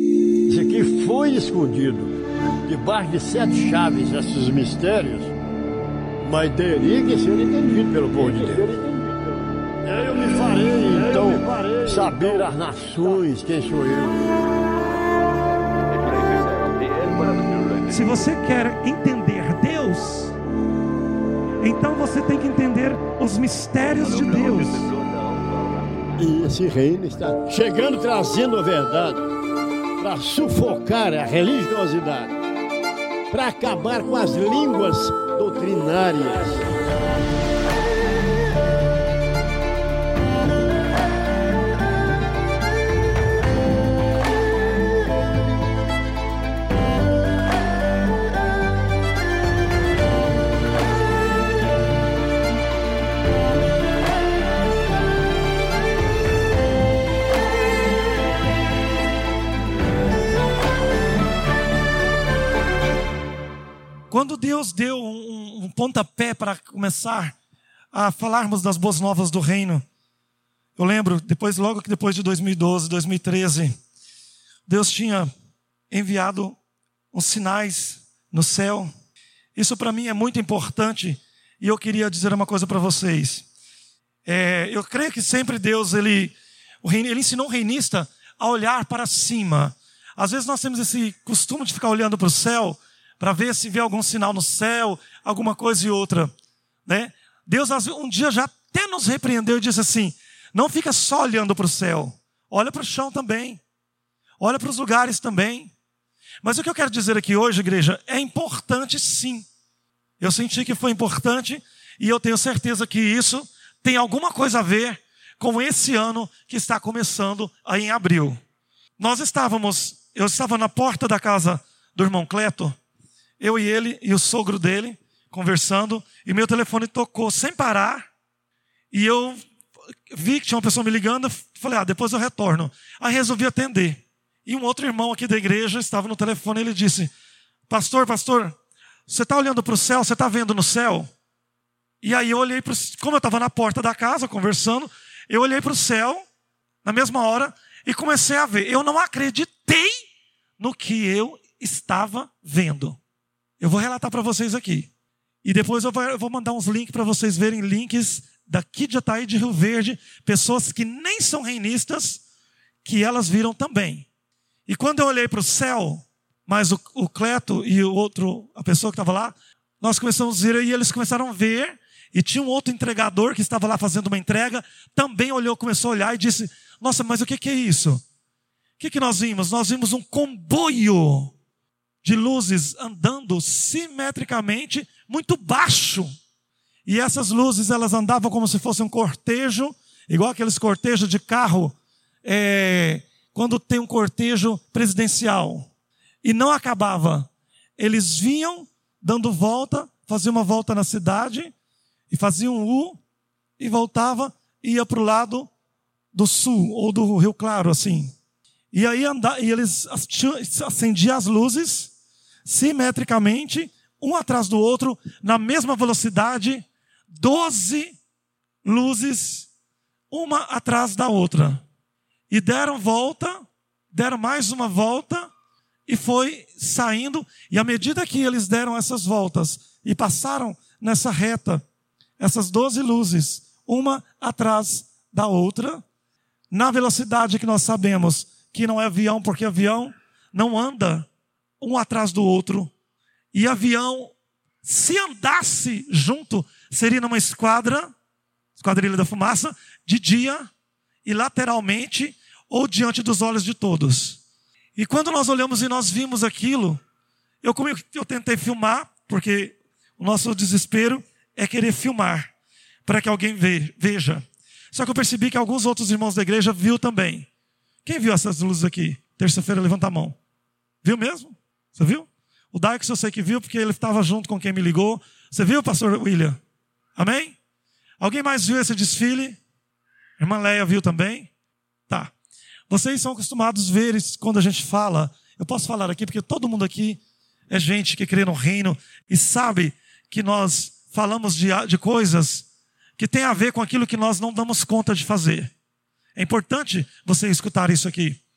Isso aqui foi escondido debaixo de 7 chaves, esses mistérios, mas teria que ser entendido pelo povo de Deus. Eu me farei, então, saber as nações quem sou eu. Se você quer entender Deus, então você tem que entender os mistérios de Deus. E esse reino está chegando, trazendo a verdade, para sufocar a religiosidade, para acabar com as línguas doutrinárias. Quando Deus deu um pontapé para começar a falarmos das boas novas do reino, eu lembro, logo que depois de 2012, 2013, Deus tinha enviado uns sinais no céu. Isso para mim é muito importante e eu queria dizer uma coisa para vocês. Eu creio que sempre Deus, ele ensinou o reinista a olhar para cima. Às vezes nós temos esse costume de ficar olhando para o céu, para ver se vê algum sinal no céu, alguma coisa e outra, né? Deus um dia já até nos repreendeu e disse assim: não fica só olhando para o céu, olha para o chão também, olha para os lugares também. Mas o que eu quero dizer aqui hoje, igreja, é importante sim. Eu senti que foi importante e eu tenho certeza que isso tem alguma coisa a ver com esse ano que está começando aí em abril. Eu estava na porta da casa do irmão Cleto, eu e ele e o sogro dele conversando, e meu telefone tocou sem parar, e eu vi que tinha uma pessoa me ligando, falei, depois eu retorno. Aí resolvi atender. E um outro irmão aqui da igreja estava no telefone, e ele disse: pastor, você está olhando para o céu, você está vendo no céu? E aí eu olhei, como eu estava na porta da casa conversando, eu olhei para o céu, na mesma hora, e comecei a ver. Eu não acreditei no que eu estava vendo. Eu vou relatar para vocês aqui. E depois eu vou mandar uns links para vocês verem, links daqui de Jataí, de Rio Verde, pessoas que nem são reinistas, que elas viram também. E quando eu olhei para o céu, mas o Cleto e o outro, a pessoa que estava lá, nós começamos a ver e eles começaram a ver, e tinha um outro entregador que estava lá fazendo uma entrega, também olhou, começou a olhar e disse: nossa, mas o que é isso? O que nós vimos? Nós vimos um comboio de luzes andando simetricamente, muito baixo. E essas luzes, elas andavam como se fosse um cortejo, igual aqueles cortejos de carro, quando tem um cortejo presidencial. E não acabava. Eles vinham dando volta, faziam uma volta na cidade, e faziam um U, e voltava, e ia para o lado do sul, ou do Rio Claro, assim. E aí e eles acendiam as luzes, simetricamente, um atrás do outro, na mesma velocidade, 12 luzes, uma atrás da outra. E deram mais uma volta, e foi saindo, e à medida que eles deram essas voltas, e passaram nessa reta, essas 12 luzes, uma atrás da outra, na velocidade que nós sabemos que não é avião, porque avião não anda um atrás do outro. E avião, se andasse junto, seria numa esquadrilha da fumaça, de dia e lateralmente, ou diante dos olhos de todos. E quando nós olhamos e nós vimos aquilo, eu tentei filmar, porque o nosso desespero é querer filmar, para que alguém veja. Só que eu percebi que alguns outros irmãos da igreja viu também. Quem viu essas luzes aqui? Terça-feira, levanta a mão. Viu mesmo? Você viu? O Daix eu sei que viu, porque ele estava junto com quem me ligou. Você viu, pastor William? Amém? Alguém mais viu esse desfile? Irmã Leia viu também? Tá. Vocês são acostumados a ver isso quando a gente fala. Eu posso falar aqui porque todo mundo aqui é gente que crê no reino e sabe que nós falamos de coisas que tem a ver com aquilo que nós não damos conta de fazer. É importante você escutar isso aqui.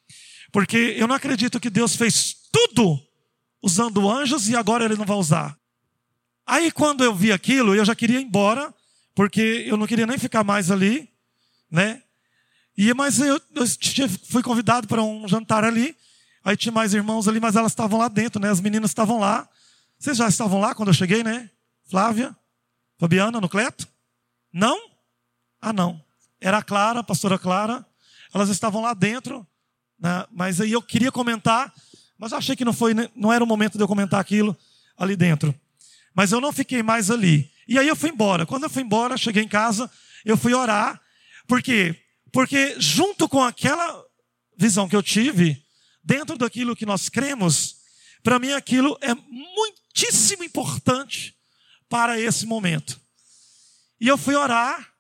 Porque eu não acredito que Deus fez tudo usando anjos e agora Ele não vai usar. Aí quando eu vi aquilo, eu já queria ir embora, porque eu não queria nem ficar mais ali, né? Mas eu fui convidado para um jantar ali, aí tinha mais irmãos ali, mas elas estavam lá dentro, né? As meninas estavam lá. Vocês já estavam lá quando eu cheguei, né? Flávia, Fabiana, Nucleto? Não? Ah, não. Era a Clara, a pastora Clara. Elas estavam lá dentro, né? Mas aí eu queria comentar, mas eu achei que não era o momento de eu comentar aquilo ali dentro. Mas eu não fiquei mais ali. E aí eu fui embora. Quando eu fui embora, cheguei em casa, eu fui orar. Por quê? Porque junto com aquela visão que eu tive, dentro daquilo que nós cremos, para mim aquilo é muitíssimo importante para esse momento. E eu fui orar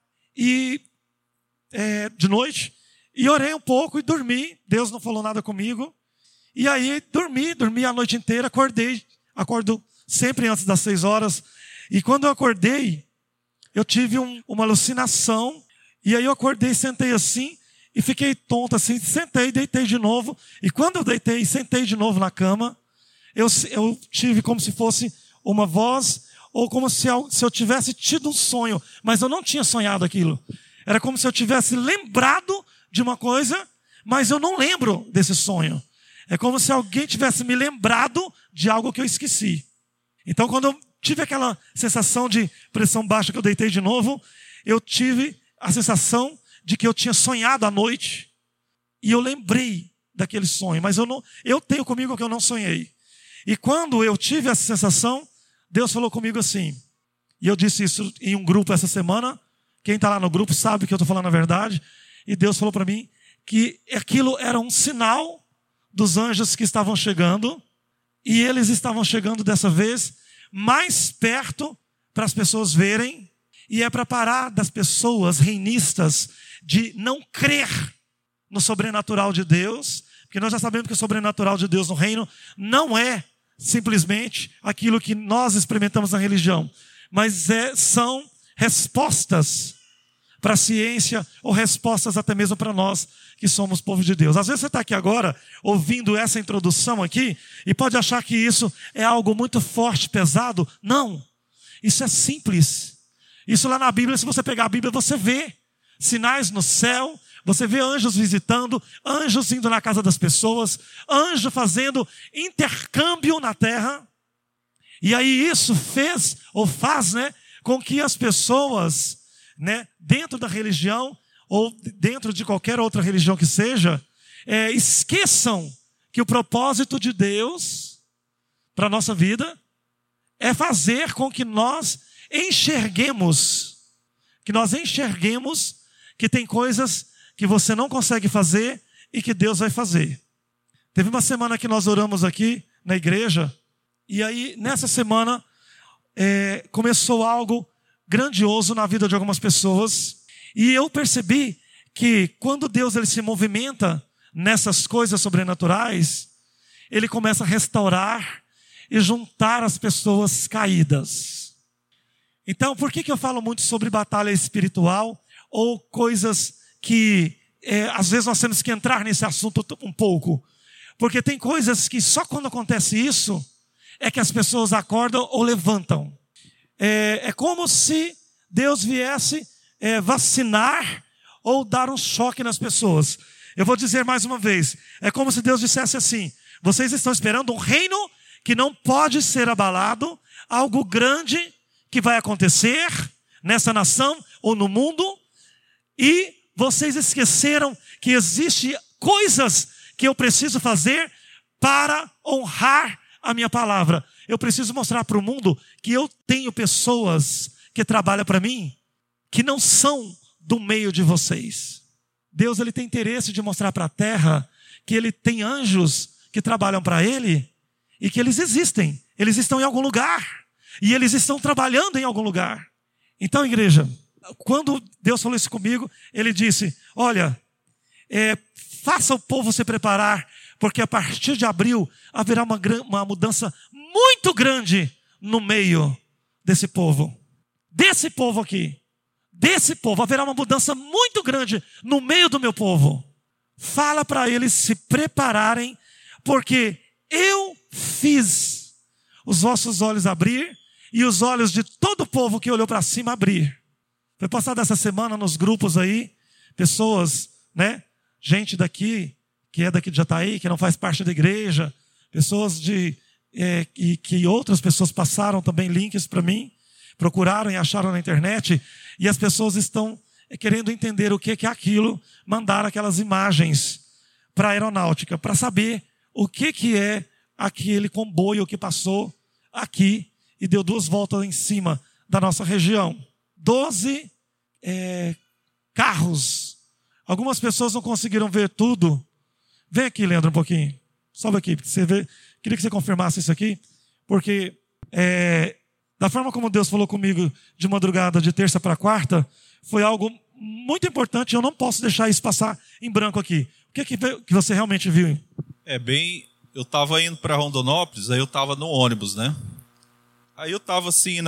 de noite, e orei um pouco e dormi. Deus não falou nada comigo. E aí dormi a noite inteira, acordo sempre antes das 6 horas. E quando eu acordei, eu tive uma alucinação. E aí eu acordei, sentei assim e fiquei tonto assim. Sentei, deitei de novo. E quando eu deitei e sentei de novo na cama, eu tive como se fosse uma voz, ou como se eu tivesse tido um sonho. Mas eu não tinha sonhado aquilo. Era como se eu tivesse lembrado de uma coisa, mas eu não lembro desse sonho. É como se alguém tivesse me lembrado de algo que eu esqueci. Então, quando eu tive aquela sensação de pressão baixa que eu deitei de novo, eu tive a sensação de que eu tinha sonhado à noite. E eu lembrei daquele sonho, mas eu tenho comigo que eu não sonhei. E quando eu tive essa sensação, Deus falou comigo assim, e eu disse isso em um grupo essa semana. Quem está lá no grupo sabe que eu estou falando a verdade. E Deus falou para mim que aquilo era um sinal dos anjos que estavam chegando. E eles estavam chegando dessa vez mais perto para as pessoas verem. E é para parar das pessoas reinistas de não crer no sobrenatural de Deus. Porque nós já sabemos que o sobrenatural de Deus no reino não é simplesmente aquilo que nós experimentamos na religião. Mas são respostas para a ciência, ou respostas até mesmo para nós que somos povo de Deus. Às vezes você está aqui agora, ouvindo essa introdução aqui, e pode achar que isso é algo muito forte, pesado. Não, isso é simples. Isso lá na Bíblia, se você pegar a Bíblia, você vê sinais no céu, você vê anjos visitando, anjos indo na casa das pessoas, anjo fazendo intercâmbio na terra. E aí isso fez, ou faz, né, com que as pessoas, né, dentro da religião ou dentro de qualquer outra religião que seja, esqueçam que o propósito de Deus para a nossa vida é fazer com que nós enxerguemos que tem coisas que você não consegue fazer e que Deus vai fazer. Teve uma semana que nós oramos aqui na igreja, e aí nessa semana começou algo grandioso na vida de algumas pessoas. E eu percebi que quando Deus ele se movimenta nessas coisas sobrenaturais, Ele começa a restaurar e juntar as pessoas caídas. Então, por que eu falo muito sobre batalha espiritual ou coisas que às vezes nós temos que entrar nesse assunto um pouco? Porque tem coisas que só quando acontece isso é que as pessoas acordam ou levantam. É como se Deus viesse vacinar ou dar um choque nas pessoas. Eu vou dizer mais uma vez. É como se Deus dissesse assim: vocês estão esperando um reino que não pode ser abalado, algo grande que vai acontecer nessa nação ou no mundo, e vocês esqueceram que existem coisas que eu preciso fazer para honrar a minha palavra. Eu preciso mostrar para o mundo que eu tenho pessoas que trabalham para mim, que não são do meio de vocês. Deus ele tem interesse de mostrar para a terra que Ele tem anjos que trabalham para Ele e que eles existem. Eles estão em algum lugar e eles estão trabalhando em algum lugar. Então, igreja, quando Deus falou isso comigo, Ele disse: olha, faça o povo se preparar, porque a partir de abril haverá uma mudança muito grande no meio desse povo. Desse povo aqui. Desse povo. Haverá uma mudança muito grande no meio do meu povo. fala para eles se prepararem, porque eu fiz os vossos olhos abrir e os olhos de todo o povo que olhou para cima abrir. Foi passada essa semana nos grupos aí, pessoas, né? Gente daqui, que é daqui de Jataí, que não faz parte da igreja, pessoas que outras pessoas passaram também links para mim, procuraram e acharam na internet, e as pessoas estão querendo entender o que é aquilo, mandaram aquelas imagens para a aeronáutica, para saber o que é aquele comboio que passou aqui e deu 2 voltas em cima da nossa região. 12 carros. Algumas pessoas não conseguiram ver tudo. Vem aqui, Leandro, um pouquinho. Sobe aqui, porque você vê. Queria que você confirmasse isso aqui, porque da forma como Deus falou comigo de madrugada, de terça para quarta, foi algo muito importante. Eu não posso deixar isso passar em branco aqui. O que você realmente viu? Eu estava indo para Rondonópolis, aí eu estava no ônibus, né? Aí eu estava assim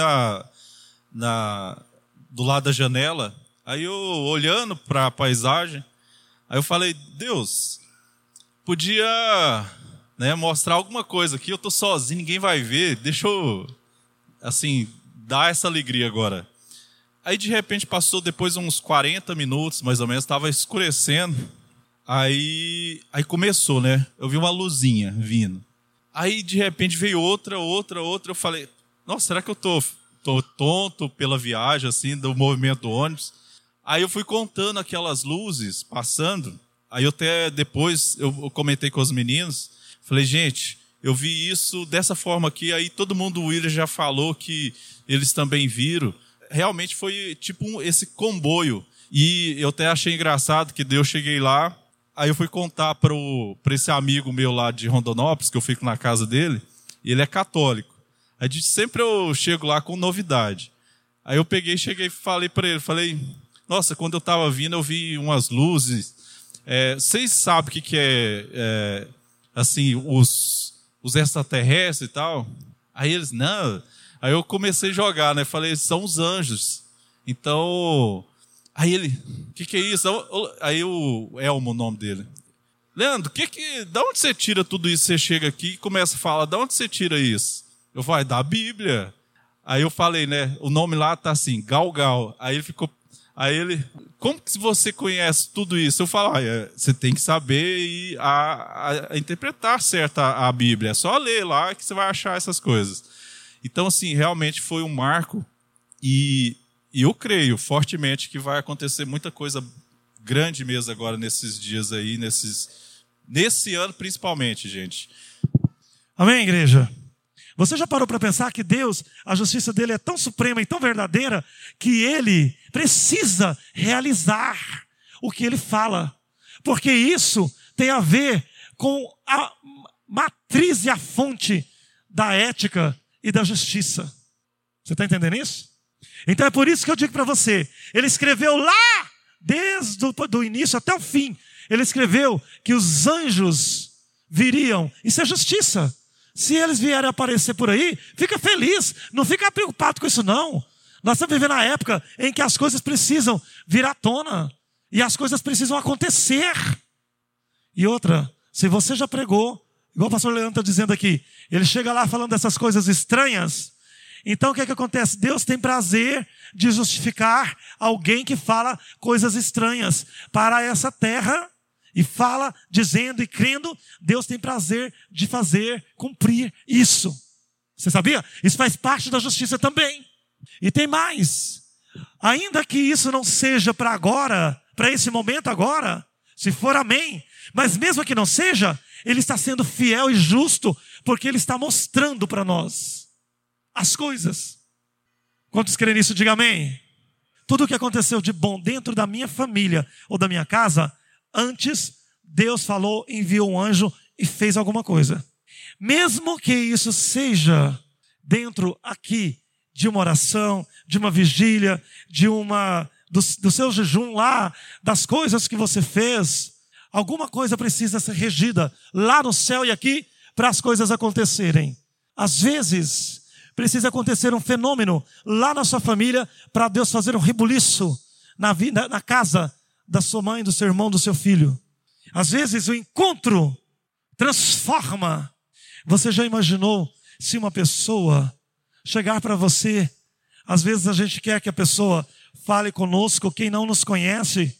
do lado da janela, aí eu olhando para a paisagem, aí eu falei, Deus, podia, né, mostrar alguma coisa aqui, eu estou sozinho, ninguém vai ver, deixa eu, assim, dar essa alegria agora. Aí de repente passou depois uns 40 minutos, mais ou menos, estava escurecendo, aí começou, né, eu vi uma luzinha vindo. Aí de repente veio outra, eu falei, nossa, será que eu tô tonto pela viagem, assim, do movimento do ônibus? Aí eu fui contando aquelas luzes passando, aí eu até depois eu comentei com os meninos, falei, gente, eu vi isso dessa forma aqui, aí todo mundo, o William já falou que eles também viram. Realmente foi tipo esse comboio. E eu até achei engraçado que eu cheguei lá, aí eu fui contar para esse amigo meu lá de Rondonópolis, que eu fico na casa dele, e ele é católico. Aí sempre eu chego lá com novidade. Aí eu cheguei e falei para ele, nossa, quando eu estava vindo eu vi umas luzes. Vocês sabem o que é assim, os extraterrestres e tal? Aí eles, não. Aí eu comecei a jogar, né? Falei, são os anjos. Então, aí ele, o que é isso? Aí o Elmo, o nome dele. Leandro, da onde você tira tudo isso? Você chega aqui e começa a falar, da onde você tira isso? Eu falei, da Bíblia. Aí eu falei, né? O nome lá tá assim, Galgal. Aí ele, como que você conhece tudo isso? Eu falo, você tem que saber a interpretar certo a Bíblia. É só ler lá que você vai achar essas coisas. Então, assim, realmente foi um marco. E eu creio fortemente que vai acontecer muita coisa grande mesmo agora nesses dias aí, nesse ano principalmente, gente. Amém, igreja? Você já parou para pensar que Deus, a justiça dele é tão suprema e tão verdadeira que ele precisa realizar o que ele fala? Porque isso tem a ver com a matriz e a fonte da ética e da justiça. Você está entendendo isso? Então é por isso que eu digo para você, ele escreveu lá, desde o início até o fim, ele escreveu que os anjos viriam. Isso é justiça. Se eles vierem aparecer por aí, fica feliz, não fica preocupado com isso não. Nós estamos vivendo na época em que as coisas precisam vir à tona e as coisas precisam acontecer. E outra, se você já pregou, igual o pastor Leandro está dizendo aqui, ele chega lá falando dessas coisas estranhas, então o que acontece? Deus tem prazer de justificar alguém que fala coisas estranhas para essa terra. E fala, dizendo e crendo, Deus tem prazer de fazer cumprir isso. Você sabia? Isso faz parte da justiça também. E tem mais. Ainda que isso não seja para agora, para esse momento agora, se for amém, mas mesmo que não seja, Ele está sendo fiel e justo, porque Ele está mostrando para nós as coisas. Quantos creem nisso, diga amém. Tudo o que aconteceu de bom dentro da minha família ou da minha casa, antes, Deus falou, enviou um anjo e fez alguma coisa. Mesmo que isso seja dentro aqui de uma oração, de uma vigília, do seu jejum lá, das coisas que você fez, alguma coisa precisa ser regida lá no céu e aqui para as coisas acontecerem. Às vezes, precisa acontecer um fenômeno lá na sua família para Deus fazer um rebuliço na casa da sua mãe, do seu irmão, do seu filho. Às vezes o encontro transforma. Você já imaginou se uma pessoa chegar para você? Às vezes a gente quer que a pessoa fale conosco, quem não nos conhece.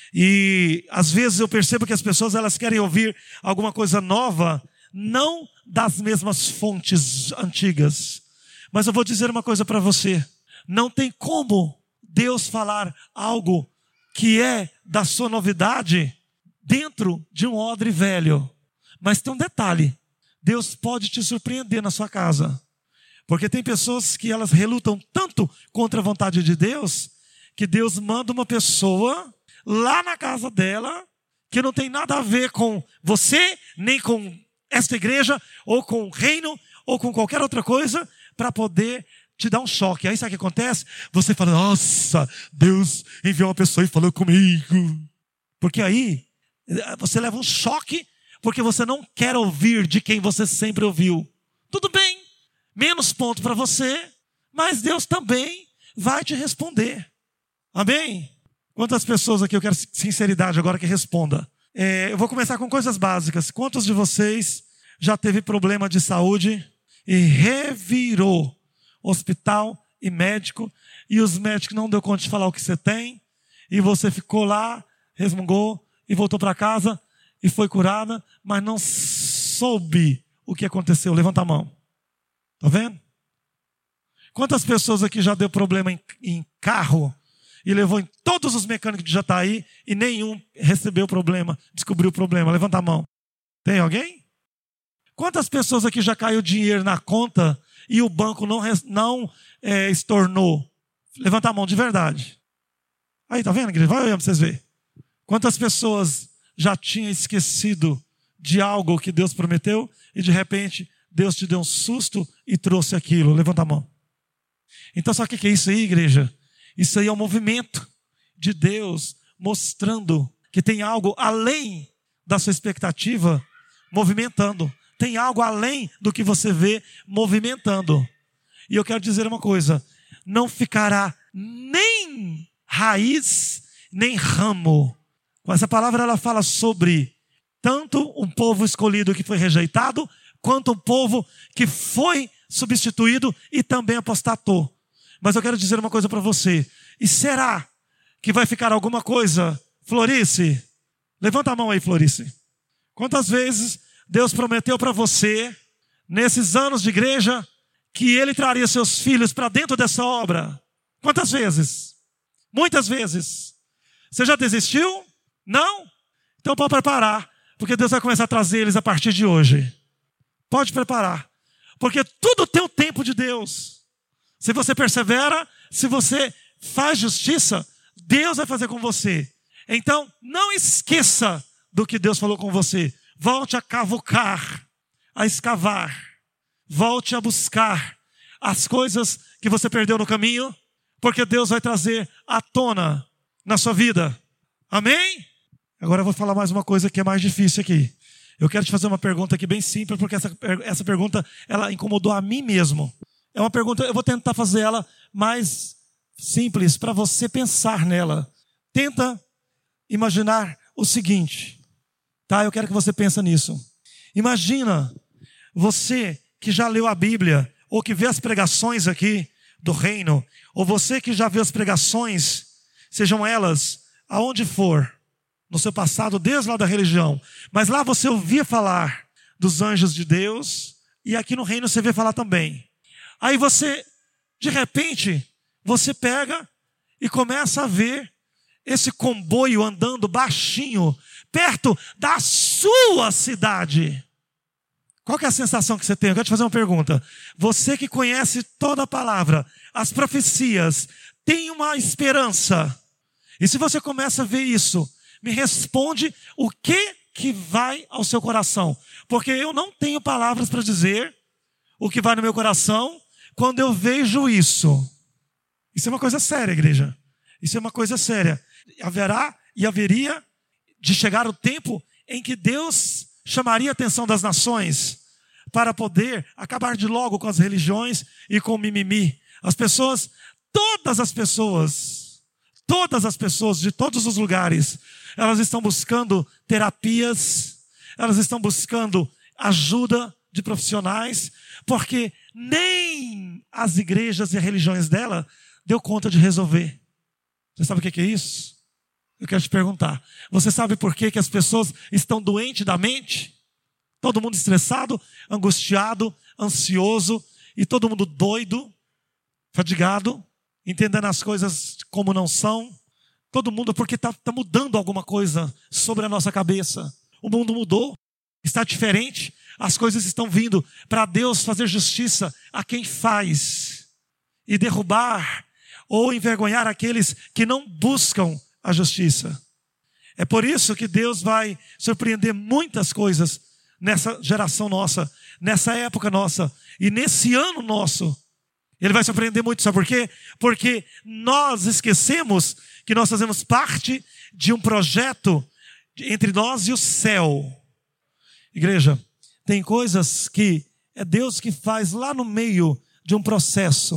E às vezes eu percebo que as pessoas elas querem ouvir alguma coisa nova, não das mesmas fontes antigas. Mas eu vou dizer uma coisa para você. Não tem como Deus falar algo que é da sua novidade dentro de um odre velho. Mas tem um detalhe. Deus pode te surpreender na sua casa. Porque tem pessoas que elas relutam tanto contra a vontade de Deus, que Deus manda uma pessoa lá na casa dela, que não tem nada a ver com você, nem com esta igreja, ou com o reino, ou com qualquer outra coisa, para poder te dar um choque. Aí sabe o que acontece? Você fala, nossa, Deus enviou uma pessoa e falou comigo. Porque aí você leva um choque, porque você não quer ouvir de quem você sempre ouviu. Tudo bem, menos ponto para você, mas Deus também vai te responder. Amém? Quantas pessoas aqui, eu quero sinceridade agora que responda. Eu vou começar com coisas básicas. Quantos de vocês já teve problema de saúde e revirou hospital e médico, e os médicos não deu conta de falar o que você tem, e você ficou lá, resmungou, e voltou para casa, e foi curada, mas não soube o que aconteceu? Levanta a mão. Tá vendo? Quantas pessoas aqui já deu problema em carro, e levou em todos os mecânicos de Jataí, e nenhum recebeu o problema, descobriu o problema? Levanta a mão. Tem alguém? Quantas pessoas aqui já caiu dinheiro na conta e o banco não estornou? Levanta a mão de verdade. Aí, tá vendo, igreja? Vai olhando para vocês verem. Quantas pessoas já tinham esquecido de algo que Deus prometeu e de repente Deus te deu um susto e trouxe aquilo? Levanta a mão. Então, sabe o que é isso aí, igreja? Isso aí é um movimento de Deus mostrando que tem algo além da sua expectativa movimentando. Tem algo além do que você vê movimentando. E eu quero dizer uma coisa. Não ficará nem raiz, nem ramo. Essa palavra ela fala sobre tanto um povo escolhido que foi rejeitado, quanto um povo que foi substituído e também apostatou. Mas eu quero dizer uma coisa para você. E será que vai ficar alguma coisa? Florice, levanta a mão aí, Florice. Quantas vezes Deus prometeu para você, nesses anos de igreja, que Ele traria seus filhos para dentro dessa obra? Quantas vezes? Muitas vezes. Você já desistiu? Não? Então pode preparar, porque Deus vai começar a trazer eles a partir de hoje. Pode preparar, porque tudo tem o tempo de Deus. Se você persevera, se você faz justiça, Deus vai fazer com você. Então, não esqueça do que Deus falou com você. Volte a cavucar, a escavar. Volte a buscar as coisas que você perdeu no caminho, porque Deus vai trazer à tona na sua vida. Amém? Agora eu vou falar mais uma coisa que é mais difícil aqui. Eu quero te fazer uma pergunta aqui bem simples, porque essa pergunta ela incomodou a mim mesmo. É uma pergunta, eu vou tentar fazer ela mais simples para você pensar nela. Tenta imaginar o seguinte, tá? Eu quero que você pense nisso. Imagina você que já leu a Bíblia, ou que vê as pregações aqui do reino, ou você que já viu as pregações, sejam elas aonde for, no seu passado, desde lá da religião, mas lá você ouvia falar dos anjos de Deus, e aqui no reino você vê falar também. Aí você, de repente, você pega e começa a ver esse comboio andando baixinho, perto da sua cidade. Qual que é a sensação que você tem? Eu quero te fazer uma pergunta. Você que conhece toda a palavra, as profecias, tem uma esperança. E se você começa a ver isso, me responde o que vai ao seu coração. Porque eu não tenho palavras para dizer o que vai no meu coração quando eu vejo isso. Isso é uma coisa séria, igreja. Isso é uma coisa séria. Haverá e haveria de chegar o tempo em que Deus chamaria a atenção das nações para poder acabar de logo com as religiões e com o mimimi. As pessoas, todas as pessoas, Todas as pessoas de todos os lugares, elas estão buscando terapias, elas estão buscando ajuda de profissionais, porque nem as igrejas e as religiões dela deu conta de resolver. Você sabe o que é isso? Eu quero te perguntar. Você sabe por que as pessoas estão doentes da mente? Todo mundo estressado, angustiado, ansioso e todo mundo doido, fadigado, entendendo as coisas como não são. Todo mundo porque está mudando alguma coisa sobre a nossa cabeça. O mundo mudou, está diferente. As coisas estão vindo para Deus fazer justiça a quem faz e derrubar ou envergonhar aqueles que não buscam a justiça. É por isso que Deus vai surpreender muitas coisas nessa geração nossa, nessa época nossa e nesse ano nosso. Ele vai surpreender muito, sabe por quê? Porque nós esquecemos que nós fazemos parte de um projeto entre nós e o céu. Igreja, tem coisas que é Deus que faz lá no meio de um processo.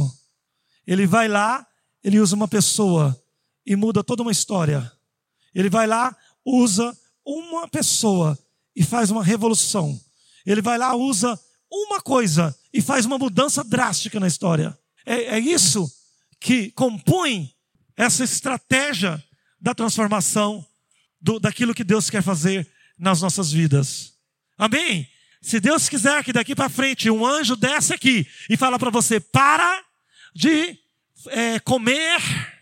Ele vai lá, ele usa uma pessoa e muda toda uma história. Ele vai lá, usa uma pessoa e faz uma revolução. Ele vai lá, usa uma coisa e faz uma mudança drástica na história. É isso que compõe essa estratégia da transformação daquilo que Deus quer fazer nas nossas vidas. Amém? Se Deus quiser que daqui para frente um anjo desce aqui e fala para você, para de comer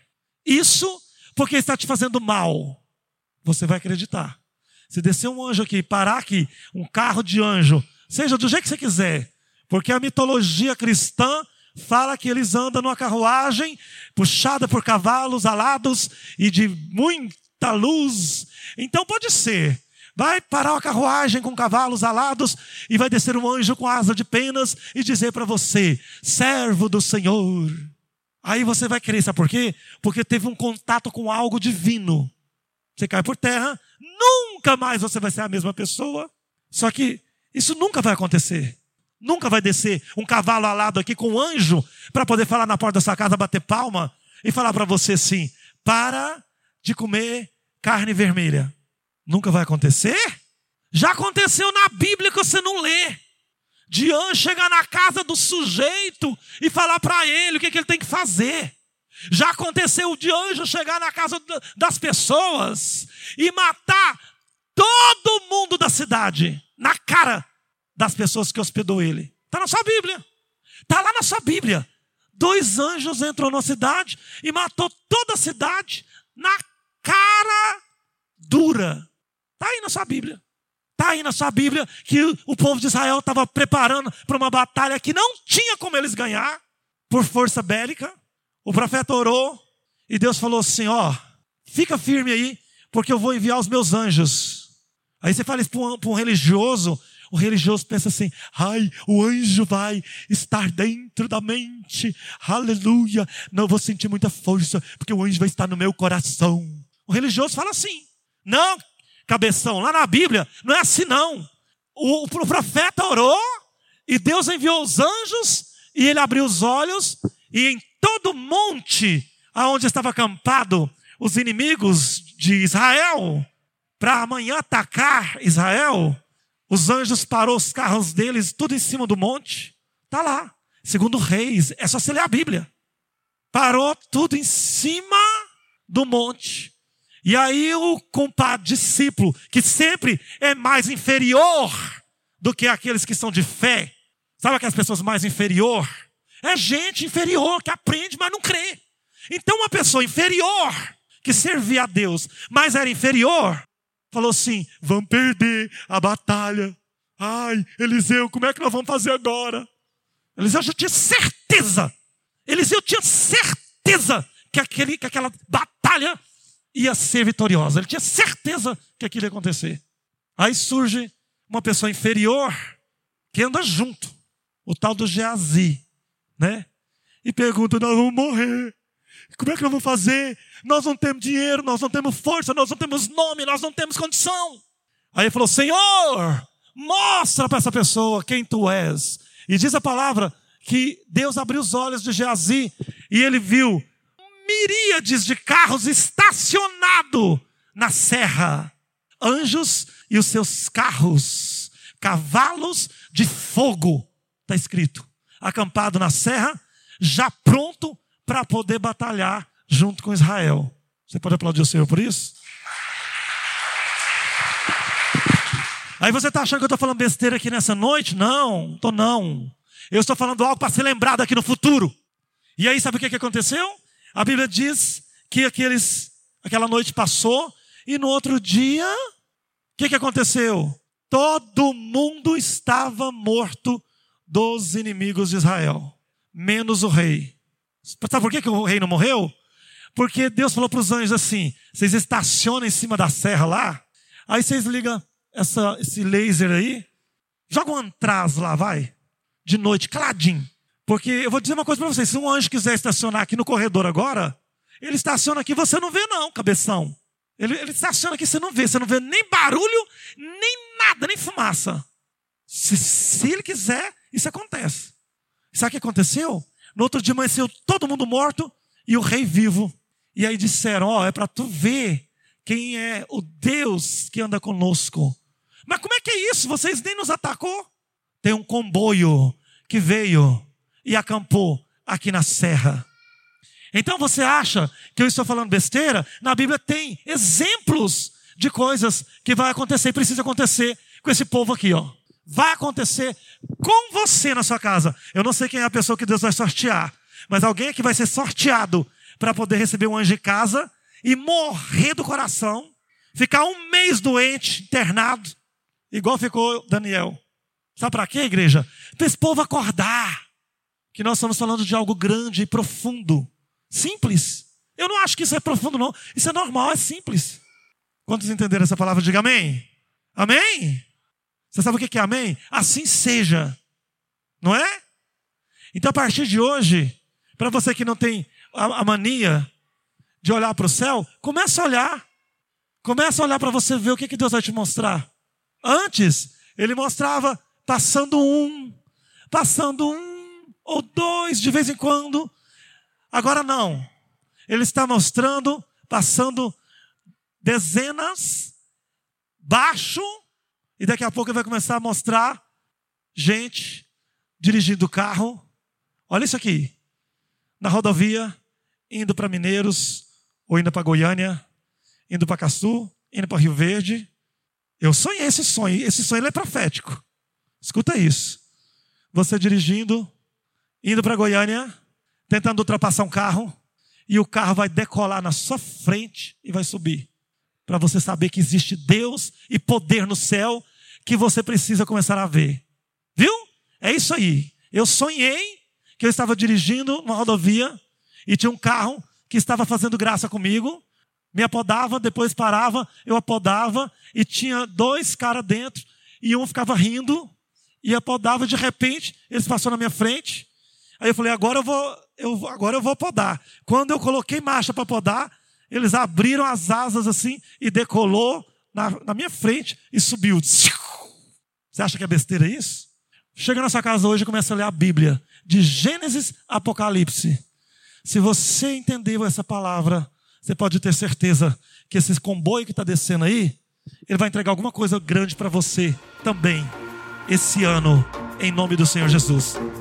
isso porque está te fazendo mal, você vai acreditar. Se descer um anjo aqui, parar aqui, um carro de anjo, seja do jeito que você quiser, porque a mitologia cristã fala que eles andam numa carruagem puxada por cavalos alados e de muita luz. Então pode ser. Vai parar uma carruagem com cavalos alados e vai descer um anjo com asa de penas e dizer para você, servo do Senhor. Aí você vai crer, sabe por quê? Porque teve um contato com algo divino. Você cai por terra, nunca mais você vai ser a mesma pessoa. Só que isso nunca vai acontecer. Nunca vai descer um cavalo alado aqui com um anjo para poder falar na porta da sua casa, bater palma e falar para você assim, para de comer carne vermelha. Nunca vai acontecer? Já aconteceu na Bíblia que você não lê. De anjo chegar na casa do sujeito e falar para ele o que ele tem que fazer. Já aconteceu de anjo chegar na casa das pessoas e matar todo mundo da cidade, na cara das pessoas que hospedou ele. Está na sua Bíblia. Está lá na sua Bíblia. 2 anjos entrou na cidade e matou toda a cidade na cara dura. Está aí na sua Bíblia. Está aí na sua Bíblia que o povo de Israel estava preparando para uma batalha que não tinha como eles ganhar por força bélica. O profeta orou e Deus falou assim, fica firme aí, porque eu vou enviar os meus anjos. Aí você fala isso para um religioso, o religioso pensa assim, o anjo vai estar dentro da mente, aleluia, não, eu vou sentir muita força, porque o anjo vai estar no meu coração. O religioso fala assim, não, cabeção, lá na Bíblia não é assim não. O profeta orou e Deus enviou os anjos e ele abriu os olhos e em todo monte aonde estava acampado os inimigos de Israel para amanhã atacar Israel, os anjos parou os carros deles tudo em cima do monte. Está lá, segundo Reis, é só você ler a Bíblia. Parou tudo em cima do monte. E aí o compadre discípulo, que sempre é mais inferior do que aqueles que são de fé. Sabe aquelas pessoas mais inferior? É gente inferior que aprende, mas não crê. Então uma pessoa inferior, que servia a Deus, mas era inferior, falou assim, vamos perder a batalha. Eliseu, como é que nós vamos fazer agora? Eliseu já tinha certeza. Eliseu tinha certeza que aquela batalha ia ser vitoriosa. Ele tinha certeza que aquilo ia acontecer. Aí surge uma pessoa inferior que anda junto, o tal do Geazi, né? E pergunta, nós vamos morrer. Como é que nós vamos fazer? Nós não temos dinheiro, nós não temos força, nós não temos nome, nós não temos condição. Aí ele falou, Senhor, mostra para essa pessoa quem tu és. E diz a palavra que Deus abriu os olhos de Geazi e ele viu miríades de carros estacionados na serra. Anjos e os seus carros, cavalos de fogo, está escrito, acampado na serra, já pronto para poder batalhar junto com Israel. Você pode aplaudir o Senhor por isso? Aí você está achando que eu estou falando besteira aqui nessa noite? Não, estou não. Eu estou falando algo para ser lembrado aqui no futuro. E aí sabe o que aconteceu? A Bíblia diz que aquela noite passou e no outro dia, o que aconteceu? Todo mundo estava morto dos inimigos de Israel, menos o rei. Sabe por que o rei não morreu? Porque Deus falou para os anjos assim, vocês estacionam em cima da serra lá, aí vocês ligam esse laser aí, joga um antraz lá, vai, de noite, caladinho. Porque eu vou dizer uma coisa para vocês, se um anjo quiser estacionar aqui no corredor agora, ele estaciona aqui, você não vê não, cabeção. Ele estaciona aqui, você não vê nem barulho, nem nada, nem fumaça. Se ele quiser, isso acontece. Sabe o que aconteceu? No outro dia amanheceu todo mundo morto e o rei vivo. E aí disseram, é para tu ver quem é o Deus que anda conosco. Mas como é que é isso? Vocês nem nos atacou? Tem um comboio que veio e acampou aqui na serra. Então você acha que eu estou falando besteira? Na Bíblia tem exemplos de coisas que vai acontecer e precisa acontecer com esse povo aqui, ó. Vai acontecer com você na sua casa. Eu não sei quem é a pessoa que Deus vai sortear, mas alguém aqui vai ser sorteado para poder receber um anjo em casa e morrer do coração, ficar um mês doente, internado, igual ficou Daniel. Sabe para quê, igreja? Para esse povo acordar que nós estamos falando de algo grande e profundo. Simples. Eu não acho que isso é profundo, não. Isso é normal, é simples. Quantos entenderam essa palavra? Diga amém. Amém? Você sabe o que é amém? Assim seja. Não é? Então, a partir de hoje, para você que não tem a mania de olhar para o céu, começa a olhar. Começa a olhar para você ver o que Deus vai te mostrar. Antes, ele mostrava passando um ou dois de vez em quando. Agora não. Ele está mostrando, passando dezenas, baixo, e daqui a pouco ele vai começar a mostrar gente dirigindo o carro. Olha isso aqui. Na rodovia, indo para Mineiros, ou indo para Goiânia, indo para Caçu, indo para Rio Verde. Eu sonhei esse sonho. Esse sonho ele é profético. Escuta isso. Você dirigindo, indo para Goiânia, tentando ultrapassar um carro, e o carro vai decolar na sua frente e vai subir. Para você saber que existe Deus e poder no céu que você precisa começar a ver. Viu? É isso aí. Eu sonhei que eu estava dirigindo uma rodovia e tinha um carro que estava fazendo graça comigo, me apodava, depois parava, eu apodava e tinha dois caras dentro e um ficava rindo e apodava, de repente eles passaram na minha frente. Aí eu falei, agora eu vou podar. Quando eu coloquei marcha para podar, eles abriram as asas assim e decolou na minha frente e subiu. Você acha que é besteira isso? Chega na sua casa hoje e começa a ler a Bíblia, de Gênesis a Apocalipse. Se você entendeu essa palavra, você pode ter certeza que esse comboio que está descendo aí, ele vai entregar alguma coisa grande para você também, esse ano, em nome do Senhor Jesus.